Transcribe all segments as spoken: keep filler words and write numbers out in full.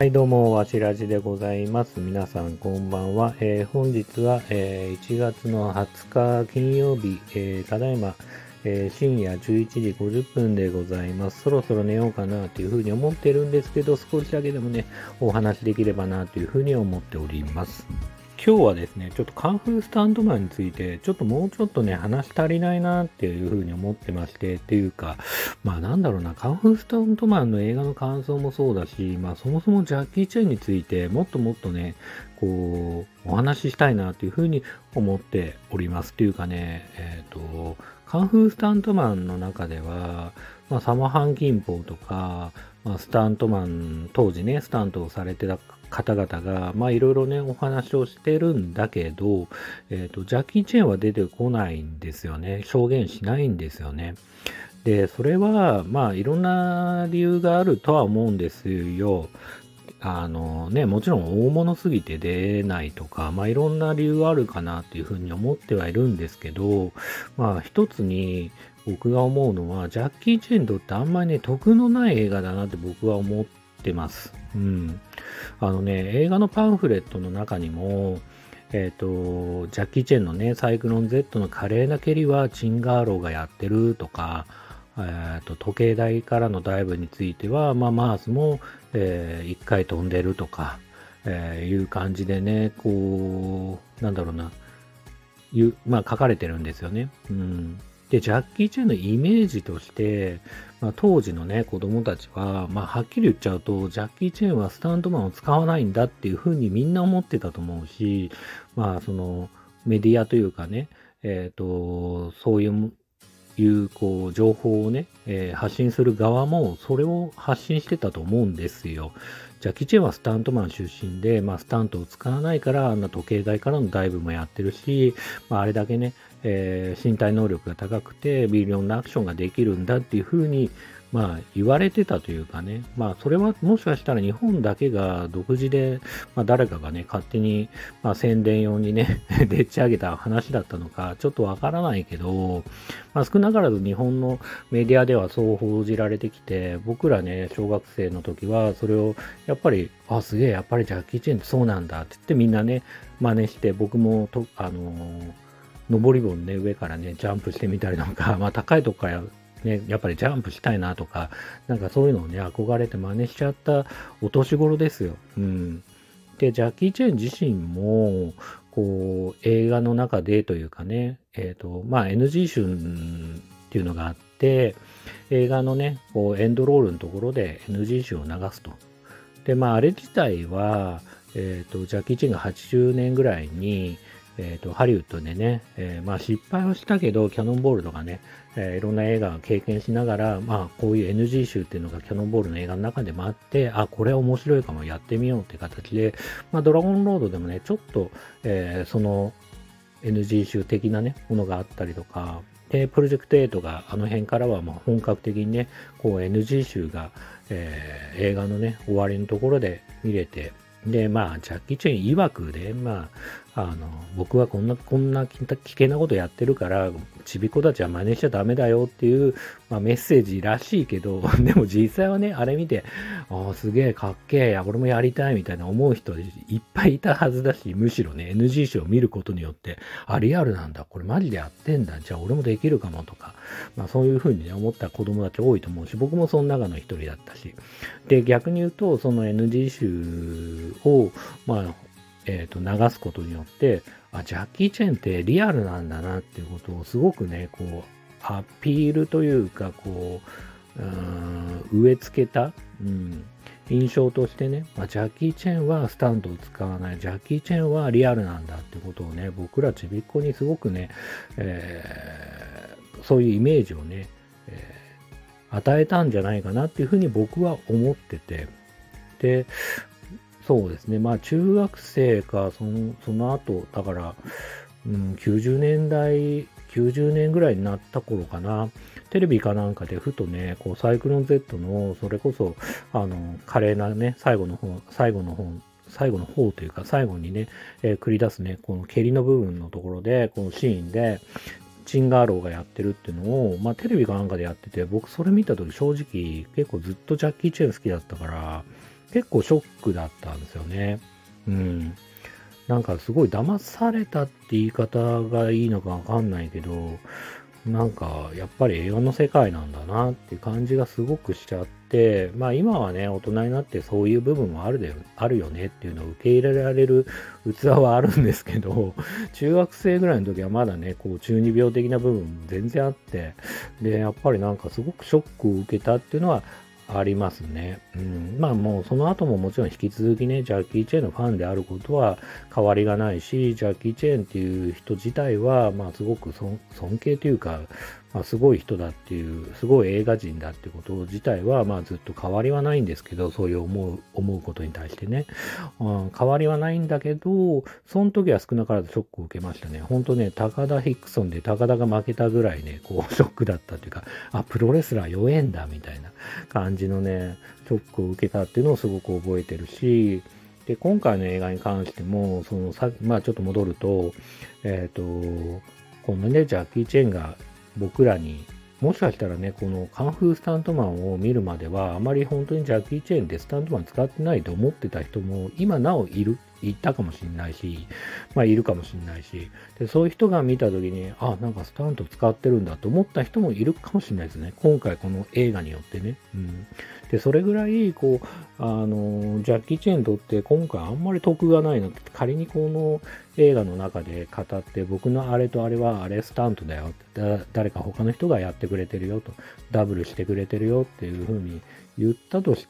はいどうも、わしらじでございます。皆さんこんばんは。えー本日は、えーいちがつのはつか金曜日、えーただいま、えー深夜じゅういちじごじゅっぷんでございます。そろそろ寝ようかなというふうに思ってるんですけど、少しだけでもね、お話できればなというふうに思っております。今日はですね、ちょっとカンフースタントマンについて、ちょっともうちょっとね、話足りないなっていうふうに思ってまして、っていうか、まあなんだろうな、カンフースタントマンの映画の感想もそうだし、まあそもそもジャッキー・チェンについてもっともっとね、こう、お話ししたいなというふうに思っております。というかね、えっと、カンフースタントマンの中では、まあサマハン・キンポーとか、まあスタントマン、当時ね、スタントをされてた方々が、まあいろいろね、お話をしてるんだけど、えっと、ジャッキー・チェンは出てこないんですよね。証言しないんですよね。で、それは、まあ、いろんな理由があるとは思うんですよ。あのね、もちろん大物すぎて出ないとか、まあ、いろんな理由あるかなっていうふうに思ってはいるんですけど、まあ、一つに僕が思うのは、ジャッキー・チェンにとってあんまりね、得のない映画だなって僕は思ってます。うん。あのね、映画のパンフレットの中にも、えっ、と、ジャッキー・チェンのね、サイクロン Z の華麗な蹴りはチンガーローがやってるとか、えっ、と、時計台からのダイブについては、まあ、マースも、えー、一回飛んでるとか、えーいう感じでね、こう、なんだろうな、いう、まあ書かれてるんですよね。うん。で、ジャッキー・チェンのイメージとして、まあ、当時のね、子供たちは、まあはっきり言っちゃうと、ジャッキー・チェンはスタントマンを使わないんだっていうふうにみんな思ってたと思うし、まあそのメディアというかね、えっ、と、そういういう、こう、情報をね、えー発信する側も、それを発信してたと思うんですよ。ジャッキー・チェンはスタントマン出身で、まあ、スタントを使わないから、あんな時計台からのダイブもやってるし、まあ、あれだけね、えー身体能力が高くて、ビリオンなアクションができるんだっていうふうに、まあ、言われてたというかね、まあ、それはもしかしたら日本だけが独自で、まあ、誰かがね、勝手に、まあ、宣伝用にね、でっち上げた話だったのか、ちょっとわからないけど、まあ、少なからず日本のメディアではそう報じられてきて、僕らね、小学生の時は、それを、やっぱり、あ、すげえ、やっぱりジャッキー・チェンってそうなんだって言ってみんなね、真似して、僕もと、あのー、登り棒ね、上からね、ジャンプしてみたりとか、まあ、高いとこからね、やっぱりジャンプしたいなとか、なんかそういうのをね、憧れて真似しちゃったお年頃ですよ。うん。で、ジャッキー・チェン自身も、こう、映画の中でというかね、えっ、と、まあ、エヌジー 集っていうのがあって、映画のね、こう、エンドロールのところで エヌジー 集を流すと。で、まあ、あれ自体は、えっ、と、ジャッキー・チェンがはちじゅうねんぐらいに、えっ、と、ハリウッドでね、えーまあ、失敗はしたけど、キャノンボールとかね、えーいろんな映画を経験しながら、まあ、こういう エヌジー 集っていうのがキャノンボールの映画の中でもあって、あ、これ面白いかもやってみようって形で、まあ、ドラゴンロードでもね、ちょっと、えーその エヌジー 集的なね、ものがあったりとか、で、プロジェクトエイトがあの辺からはまあ本格的にね、こう エヌジー 集が、えー映画のね、終わりのところで見れて、で、まあ、ジャッキー・チェン曰くで、まあ、あの、僕はこんな、こんな危険なことやってるから、ちびっ子たちは真似しちゃダメだよっていう、まあ、メッセージらしいけど、でも実際はね、あれ見て、ああ、すげえかっけえ、や、俺もやりたいみたいな思う人いっぱいいたはずだし、むしろね、エヌジー 集を見ることによって、あ、リアルなんだ、これマジでやってんだ、じゃあ俺もできるかもとか、まあそういうふうにね、思った子供たち多いと思うし、僕もその中の一人だったし、で、逆に言うと、その エヌジー 集を、まあ、えっ、と、流すことによって、あ、ジャッキー・チェンってリアルなんだなっていうことをすごくね、こう、アピールというか、こう、うーん植え付けた、うん、印象としてね、まあ、ジャッキー・チェンはスタントを使わない、ジャッキー・チェンはリアルなんだってことをね、僕らちびっこにすごくね、えーそういうイメージをね、えー与えたんじゃないかなっていうふうに僕は思ってて、で、そうですね、まあ中学生か、その、その後、だから、うん、きゅうじゅうねんだい、きゅうじゅうねんぐらいになった頃かな、テレビかなんかでふとね、こう、サイクロン Z の、それこそ、あの、華麗なね、最後の方、最後の方、最後の方というか、最後にね、えー繰り出すね、この蹴りの部分のところで、このシーンで、チンガーローがやってるっていうのを、まあテレビかなんかでやってて、僕それ見た時正直結構ずっとジャッキー・チェン好きだったから、 結構ショックだったんですよね。うん。なんかすごい騙されたって言い方がいいのかわかんないけど、なんかやっぱり映画の世界なんだなっていう感じがすごくしちゃって、まあ今はね、大人になってそういう部分もあるであるよねっていうのを受け入れられる器はあるんですけど、中学生ぐらいの時はまだね、こう中二病的な部分も全然あって、で、やっぱりなんかすごくショックを受けたっていうのはありますね。うん。まあもうその後ももちろん引き続きね、ジャッキー・チェンのファンであることは変わりがないし、ジャッキー・チェーンっていう人自体は、まあすごく尊尊敬というか、まあすごい人だっていう、すごい映画人だってこと自体は、まあずっと変わりはないんですけど、そういう思う、思うことに対してね。うん、変わりはないんだけど、その時は少なからずショックを受けましたね。本当ね、高田ヒックソンで高田が負けたぐらいね、こうショックだったというか、あ、プロレスラー弱えんだ、みたいな感じのね、ショックを受けたっていうのをすごく覚えてるし、で、今回の映画に関しても、そのさ、まあちょっと戻ると、えっ、と、このね、ジャッキー・チェンが僕らに、もしかしたらね、このカンフースタントマンを見るまでは、あまり本当にジャッキー・チェンでスタントマン使ってないと思ってた人も、今なおいる、いたかもしれないし、まあいるかもしれないし、で、そういう人が見たときに、あ、なんかスタント使ってるんだと思った人もいるかもしれないですね。今回この映画によってね。うん。で、それぐらい、こう、あの、ジャッキー・チェンにとって今回あんまり得がないのって、仮にこの映画の中で語って、僕のあれとあれはあれスタントだよ。だ誰か他の人がやってくれてるよと、ダブルしてくれてるよっていう風に言ったとして、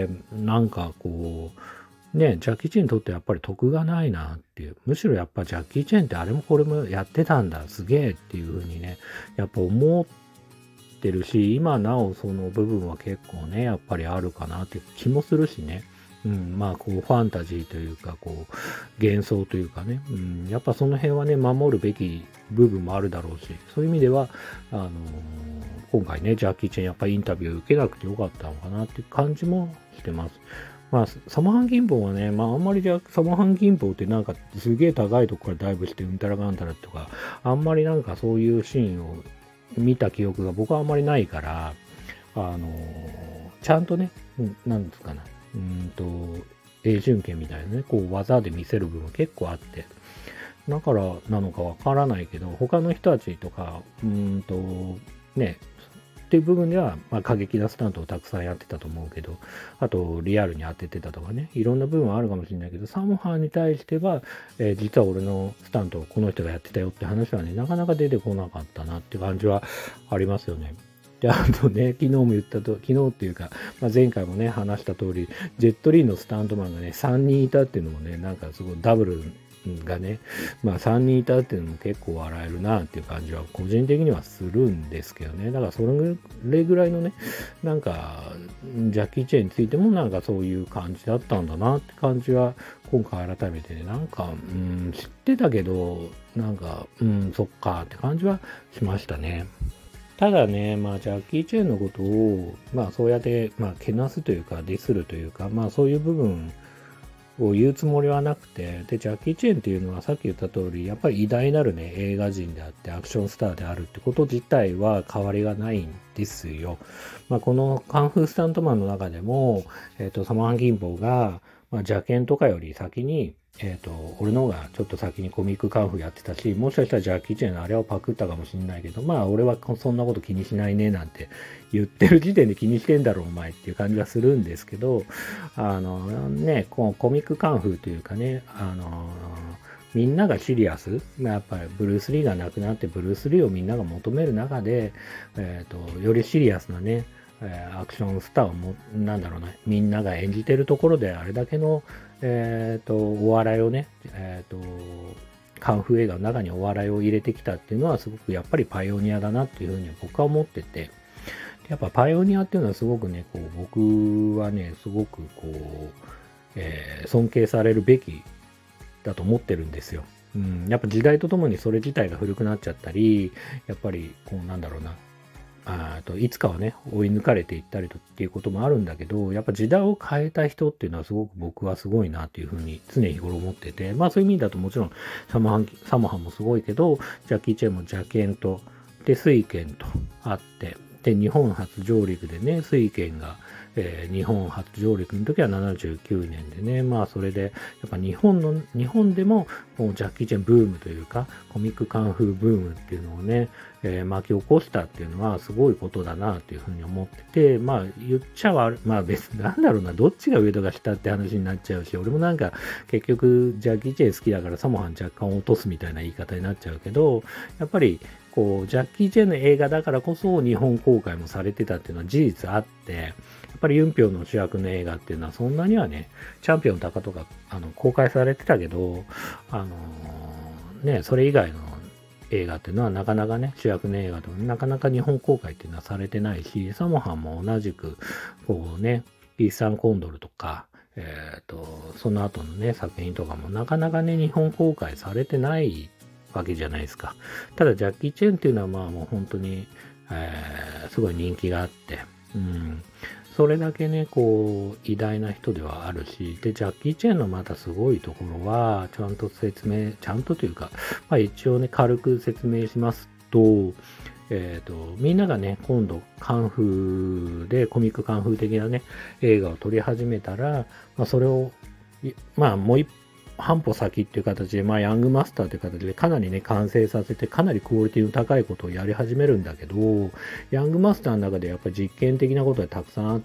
なんかこう、ね、ジャッキー・チェンにとってやっぱり得がないなっていう。むしろやっぱジャッキー・チェンってあれもこれもやってたんだ、すげえっていう風にね、やっぱ思ってるし、今なおその部分は結構ね、やっぱりあるかなって気もするしね。うん、まあこうファンタジーというか、こう幻想というかね、うん、やっぱその辺はね、守るべき部分もあるだろうし、そういう意味では、あのー今回ね、ジャッキー・チェンやっぱりインタビュー受けなくてよかったのかなっていう感じもしてます。まあ、サマハン銀法はね、まああんまりじゃサマハン銀法ってなんかすげえ高いとこからダイブしてうんたらかんたらとか、あんまりなんかそういうシーンを見た記憶が僕はあんまりないから、あのーちゃんとね、うん、なんですかな、うーんと、英順拳みたいなね、こう技で見せる部分結構あって、だからなのかわからないけど、他の人たちとか、うーんと、ね、っていう部分では、まあ、過激なスタントをたくさんやってたと思うけど、あと、リアルに当ててたとかね、いろんな部分はあるかもしれないけど、サモハンに対しては、えー実は俺のスタントをこの人がやってたよって話はね、なかなか出てこなかったなって感じはありますよね。で、あとね、昨日も言ったと、昨日っていうか、まあ、前回もね、話した通り、ジェットリーのスタントマンがね、さんにんいたっていうのもね、なんかすごいダブルがね、まあさんにんいたっていうのも結構笑えるなっていう感じは個人的にはするんですけどね。だからそれぐらいのね、なんか、ジャッキー・チェンについてもなんかそういう感じだったんだなって感じは、今回改めてね、なんか、うん、知ってたけど、なんか、うん、そっかって感じはしましたね。ただね、まあ、ジャッキー・チェンのことを、まあ、そうやって、まあ、けなすというか、ディスるというか、まあ、そういう部分を言うつもりはなくて、で、ジャッキー・チェンっていうのはさっき言った通り、やっぱり偉大なるね、映画人であって、アクションスターであるってこと自体は変わりがないんですよ。まあ、このカンフースタントマンの中でも、えっと、サマーハン・ギンボが、まあ、邪剣とかより先に、えっと、俺の方がちょっと先にコミックカンフーやってたし、もしかしたらジャッキー・チェンのあれをパクったかもしれないけど、まあ俺はそんなこと気にしないねなんて言ってる時点で気にしてんだろうお前っていう感じはするんですけど、あのね、このコミックカンフーというかね、あのみんながシリアス、やっぱりブルース・リーが亡くなってブルース・リーをみんなが求める中で、えっと、よりシリアスなね、えーアクションスターをも、なんだろうな、みんなが演じてるところであれだけの、えっと、お笑いをね、えっと、カンフー映画の中にお笑いを入れてきたっていうのはすごくやっぱりパイオニアだなっていうふうに僕は思ってて、やっぱパイオニアっていうのはすごくね、こう僕はね、すごくこう、えー尊敬されるべきだと思ってるんですよ。うん、やっぱ時代とともにそれ自体が古くなっちゃったり、やっぱりこうなんだろうな、あといつかはね、追い抜かれていったりとっていうこともあるんだけど、やっぱ時代を変えた人っていうのはすごく僕はすごいなっていうふうに常日頃思ってて、まあそういう意味だともちろんサモハン、サモハンもすごいけど、ジャッキー・チェンも邪剣と、で、水剣とあって、 で、日本初上陸でね、水拳が、えー、日本初上陸の時はななじゅうきゅうねんでね、まあそれで、やっぱ日本の、日本でももうジャッキー・チェンブームというか、コミックカンフーブームっていうのをね、えー、巻き起こしたっていうのはすごいことだなっていうふうに思ってて、まあ言っちゃは、まあ別になんだろうな、どっちが上とか下って話になっちゃうし、俺もなんか結局ジャッキー・チェン好きだからサモハン若干落とすみたいな言い方になっちゃうけど、やっぱりこうジャッキー・チェンの映画だからこそ日本公開もされてたっていうのは事実あって、やっぱりユンピョンの主役の映画っていうのはそんなにはね、チャンピオン高とかあの公開されてたけど、あのー、ね、それ以外の映画っていうのはなかなかね、主役の映画でもなかなか日本公開っていうのはされてないし、サモハンも同じく、こうね、イーサン・コンドルとか、えっと、その後のね、作品とかもなかなかね、日本公開されてないわけじゃないですか。ただ、ジャッキー・チェンっていうのはまあもう本当に、えー、すごい人気があって、うん、それだけね、こう、偉大な人ではあるし、で、ジャッキー・チェンのまたすごいところは、ちゃんと説明、ちゃんとというか、まあ一応ね、軽く説明しますと、えっと、みんながね、今度、カンフーで、コミックカンフー的なね、映画を撮り始めたら、まあそれを、まあもう一半歩先っていう形で、まあヤングマスターという形でかなりね、完成させて、かなりクオリティの高いことをやり始めるんだけど、ヤングマスターの中でやっぱり実験的なことがたくさんあって、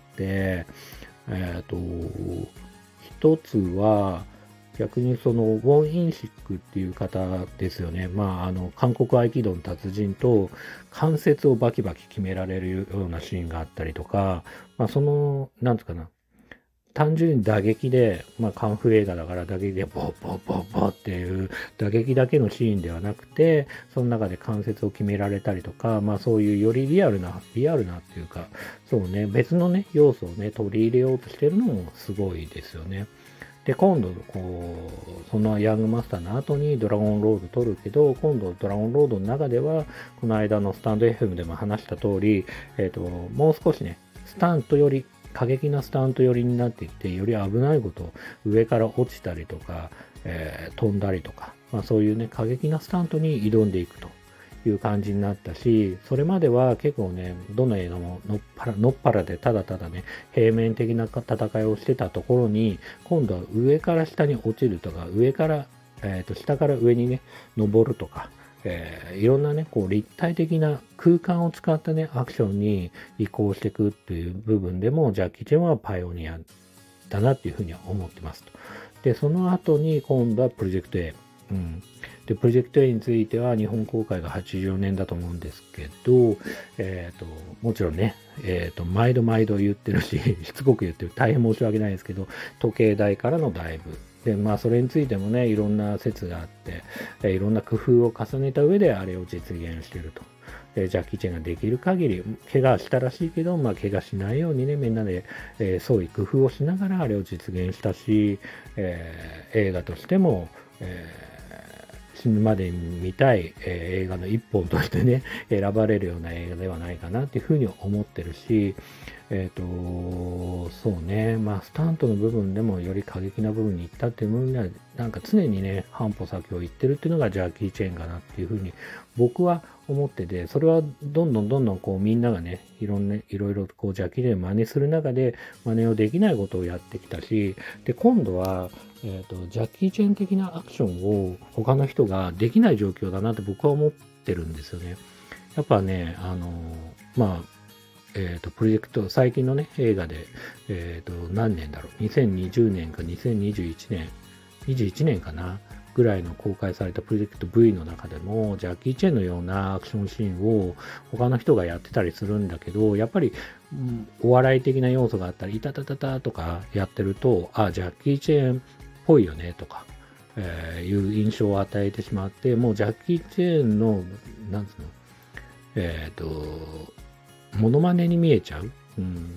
えっと、一つは、逆にその、ウォン・インシックっていう方ですよね。まあ、あの、韓国合気道の達人と関節をバキバキ決められるようなシーンがあったりとか、まあ、その、なんつうかな、単純に打撃で、まあ、カンフー映画だから打撃でボッボッボッボッっていう打撃だけのシーンではなくて、その中で関節を決められたりとか、まあそういうよりリアルな、リアルなっていうか、そうね、別のね、要素をね、取り入れようとしてるのもすごいですよね。で、今度、こう、そのヤングマスターの後にドラゴンロード撮るけど、今度ドラゴンロードの中では、この間のスタンド エフエム でも話した通り、えっと、もう少しね、スタントより、過激なスタント寄りになっていって、より危ないこと、上から落ちたりとか、えー、飛んだりとか、まあそういうね、過激なスタントに挑んでいくという感じになったし、それまでは結構ね、どの映画ものっぱら、のっぱらでただただね、平面的な戦いをしてたところに、今度は上から下に落ちるとか、上から、えっと、下から上にね、登るとか、えー、いろんなね、こう立体的な空間を使ったね、アクションに移行していくっていう部分でも、ジャッキー・チェンはパイオニアだなっていうふうには思ってますと。で、その後に今度はプロジェクト A。うん。で、プロジェクト A については日本公開がはちじゅうよねんだと思うんですけど、えっと、もちろんね、えっと、毎度毎度言ってるし、しつこく言ってる。大変申し訳ないですけど、時計台からのダイブ。で、まあ、それについてもね、いろんな説があって、えいろんな工夫を重ねた上であれを実現していると。で、ジャッキー・チェンができる限り、怪我したらしいけど、まあ、怪我しないようにね、みんなで、えー、創意工夫をしながらあれを実現したし、えー、映画としても、えー、死ぬまでに見たい、えー、映画の一本としてね、選ばれるような映画ではないかなっていうふうに思ってるし、えっ、ー、と、そうね、まあ、スタントの部分でもより過激な部分に行ったっていう部分では、なんか常にね、半歩先を行ってるっていうのがジャッキー・チェンかなっていうふうに僕は思ってて、それはどんどんどんどんこうみんながね、いろんな、いろいろこうジャッキー・チェン真似する中で真似をできないことをやってきたし、で、今度は、えっ、ー、と、ジャッキー・チェン的なアクションを他の人ができない状況だなって僕は思ってるんですよね。やっぱね、あの、まあ、えっ、ー、と、プロジェクト、最近のね、映画で、えっ、ー、と、何年だろう、にせんにじゅうねんかにせんにじゅういちねん、にじゅういちねんかな、ぐらいの公開されたプロジェクト V の中でも、ジャッキー・チェンのようなアクションシーンを他の人がやってたりするんだけど、やっぱり、うん、お笑い的な要素があったり、いたたたたとかやってると、あ、ジャッキー・チェンっぽいよね、とか、えー、いう印象を与えてしまって、もうジャッキー・チェンの、なんつうの、えっ、ー、と、モノマネに見えちゃう、うん、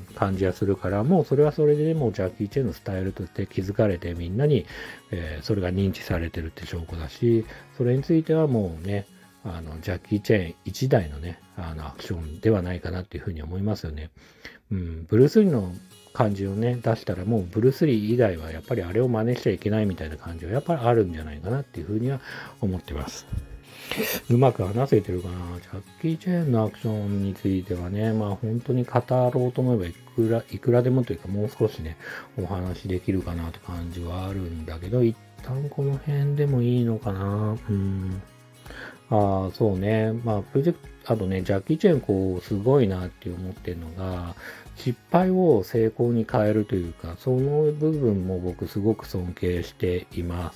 感じがするから、もうそれはそれでもうジャッキー・チェンのスタイルとして気づかれてみんなに、えー、それが認知されてるって証拠だし、それについてはもうね、あの、ジャッキー・チェン一台のね、あの、アクションではないかなっていうふうに思いますよね。うん、ブルース・リーの感じをね、出したらもうブルース・リー以外はやっぱりあれを真似しちゃいけないみたいな感じはやっぱりあるんじゃないかなっていうふうには思ってます。 うまく話せてるかな。ジャッキー・チェーンのアクションについてはね、まあ本当に語ろうと思えばいくら、いくらでもというかもう少しね、お話できるかなって感じはあるんだけど、一旦この辺でもいいのかな。うん。ああ、そうね。まあ、プロジェクト、あとね、ジャッキー・チェーン、こう、すごいなって思ってるのが、失敗を成功に変えるというか、その部分も僕すごく尊敬しています。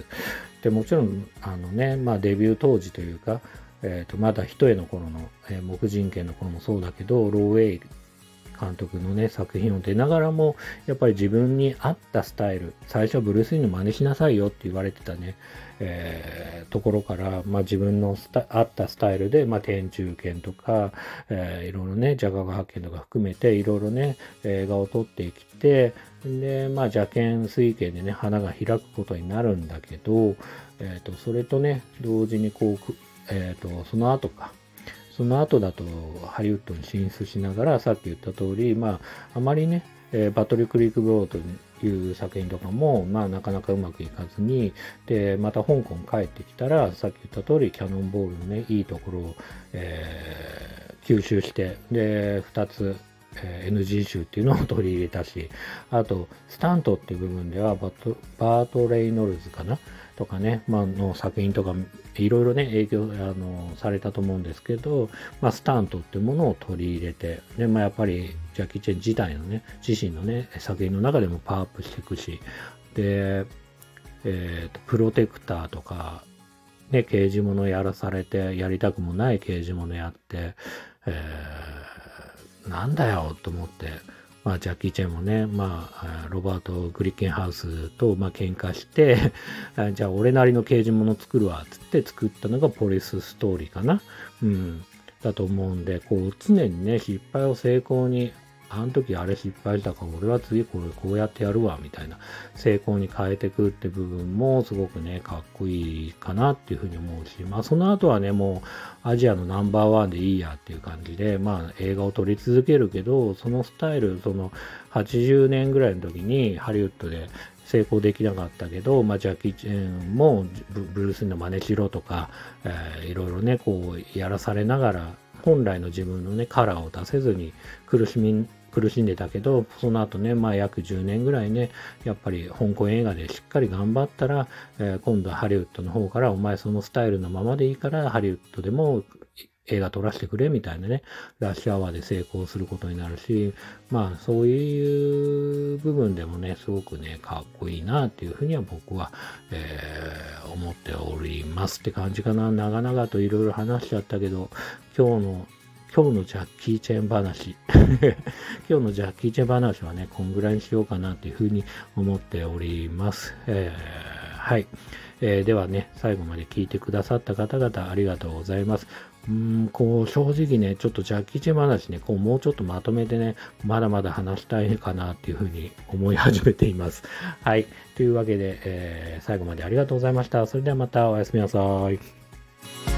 で、もちろん、あのね、まあ、デビュー当時というか、えっと、まだ一重の頃の、えー、木人剣の頃もそうだけど、ローウェイ監督のね、作品を出ながらも、やっぱり自分に合ったスタイル、最初はブルース・リーの真似しなさいよって言われてたね、えー、ところから、まあ自分のスタ合ったスタイルで、まあ天中剣とか、えー、いろいろね、邪画発見とか含めて、いろいろね、映画を撮ってきて、で、まあ邪剣、水剣でね、花が開くことになるんだけど、えっ、ー、と、それとね、同時にこう、えっ、ー、と、その後か、その後だとハリウッドに進出しながら、さっき言った通り、まあ、あまりね、えー、バトルクリークブローという作品とかも、まあ、なかなかうまくいかずに、で、また香港帰ってきたら、さっき言った通り、キャノンボールのね、いいところを、えー、吸収して、で、二つ、えー、エヌジー 集っていうのを取り入れたし、あと、スタントっていう部分ではバト、バート・レイノルズかなとかね、まあ、の作品とか、いろいろね、影響、あの、されたと思うんですけど、まあ、スタントっていうものを取り入れて、で、まあ、やっぱり、ジャッキー・チェン自体のね、自身のね、作品の中でもパワーアップしていくし、で、えっと、プロテクターとか、ね、刑事物やらされて、やりたくもない刑事物やって、えー、なんだよ、と思って、まあ、ジャッキー・チェンもね、まあ、ロバート・グリッケンハウスと、まあ、喧嘩してじゃあ、俺なりの刑事物作るわ、つって作ったのがポリス・ストーリーかな。うん。だと思うんで、こう、常にね、失敗を成功に、あの時あれ失敗したから、俺は次これこうやってやるわ、みたいな、成功に変えていくって部分も、すごくね、かっこいいかなっていうふうに思うし、まあ、その後はね、もう、アジアのナンバーワンでいいやっていう感じで、まあ、映画を撮り続けるけど、そのスタイル、その、はちじゅうねんぐらいの時に、ハリウッドで、成功できなかったけど、まあ、ジャッキー・チェンもブルース・リーの真似しろとか、えー、いろいろね、こう、やらされながら、本来の自分のね、カラーを出せずに苦しみ、苦しんでたけど、その後ね、まあ約じゅうねんぐらいね、やっぱり香港映画でしっかり頑張ったら、えー、今度はハリウッドの方から、お前そのスタイルのままでいいから、ハリウッドでも映画撮らせてくれみたいなね、ラッシュアワーで成功することになるし、まあそういう部分でもね、すごくね、かっこいいなっていうふうには僕は、えー、思っておりますって感じかな。長々といろいろ話しちゃったけど、今日の今日のジャッキー・チェン話今日のジャッキー・チェン話はね、こんぐらいにしようかなというふうに思っております。えー、はい、えー。ではね、最後まで聞いてくださった方々ありがとうございます。うーん、こう、正直ね、ちょっとジャッキー・チェン話ね、こう、もうちょっとまとめてね、まだまだ話したいかなっていうふうに思い始めています。はい。というわけで、えー、最後までありがとうございました。それではまたおやすみなさい。